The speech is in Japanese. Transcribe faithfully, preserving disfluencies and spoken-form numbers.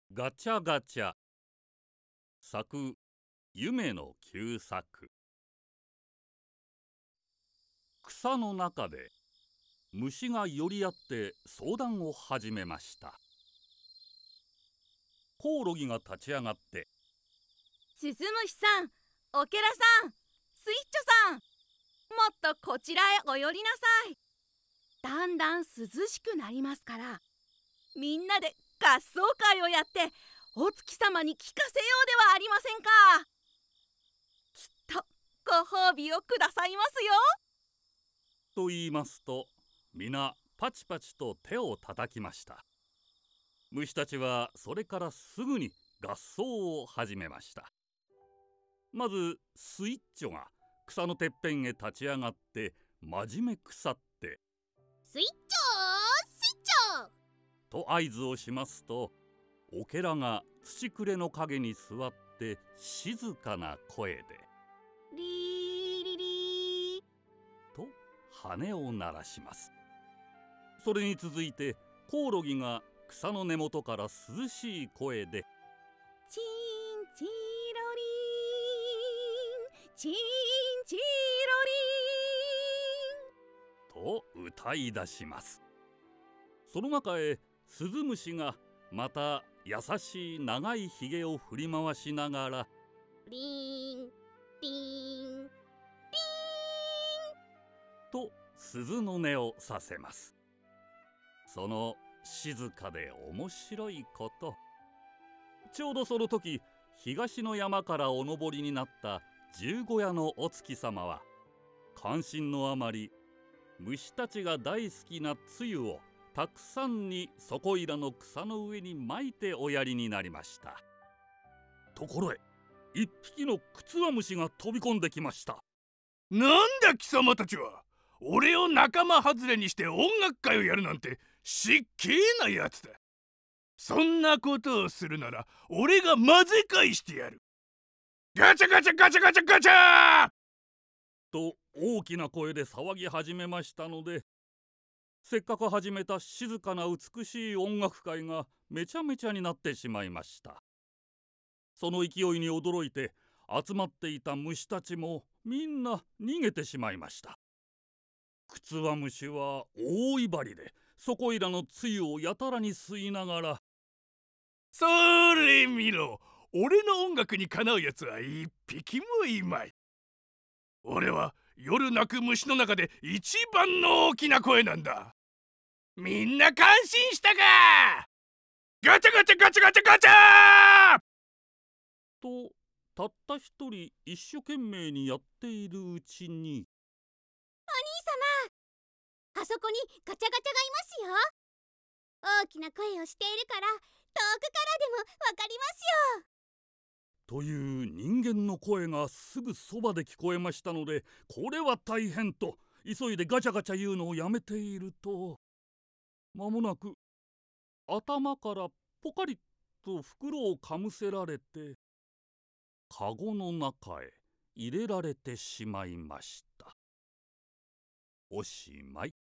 ガチャガチャ。作夢の旧作。草の中で虫が寄り合って相談を始めました。コオロギが立ち上がって、 スズムシさん、オケラさん、スイッチョさん、もっとこちらへお寄りなさい。だんだん涼しくなりますから、みんなで合奏会をやってお月様に聞かせようではありませんか。きっとご褒美をくださいますよ。 と言いますと、皆パチパチと手を叩きました。虫たちはそれからすぐに合奏を始めました。まずスイッチョが草のてっぺんへ立ち上がって真面目腐って 「スイッチョースイッチョー」 と合図をしますと、オケラが土くれの陰に座って静かな声でリーリリーと羽を鳴らします。それに続いてコオロギが草の根元から涼しい声でチンチロリンチンチロリンと歌い出します。その中へスズムシがまた優しい長いひげを振り回しながらリーンリーンと鈴の音をさせます。その静かで面白いこと、ちょうどその時、東の山からお登りになった十五夜のお月様は関心のあまり虫たちが大好きなつゆをたくさんにそこいらの草の上にまいておやりになりました。ところへ一匹のクツワムシが飛び込んできました。 なんだ貴様たちは、俺を仲間外れにして音楽会をやるなんて失敬なやつだ。そんなことをするなら俺が混ぜ返してやる。ガチャガチャガチャガチャガチャと大きな声で騒ぎ始めましたので、せっかく始めた静かな美しい音楽会がめちゃめちゃになってしまいました。その勢いに驚いて集まっていた虫たちもみんな逃げてしまいました。クツワムシは大威張りでそこいらのつゆをやたらに吸いながら、 それ見ろ、俺の音楽にかなうやつは一匹もいまい。俺は夜鳴く虫の中で一番の大きな声なんだ。みんな感心したか。ガチャガチャガチャガチャガチャとたった一人一生懸命にやっているうちに、 あそこにガチャガチャがいますよ。大きな声をしているから遠くからでもわかりますよ。 という人間の声がすぐそばで聞こえましたので、これは大変と急いでガチャガチャ言うのをやめていると、間もなく頭からポカリッと袋をかむせられてカゴの中へ入れられてしまいました。おしまい。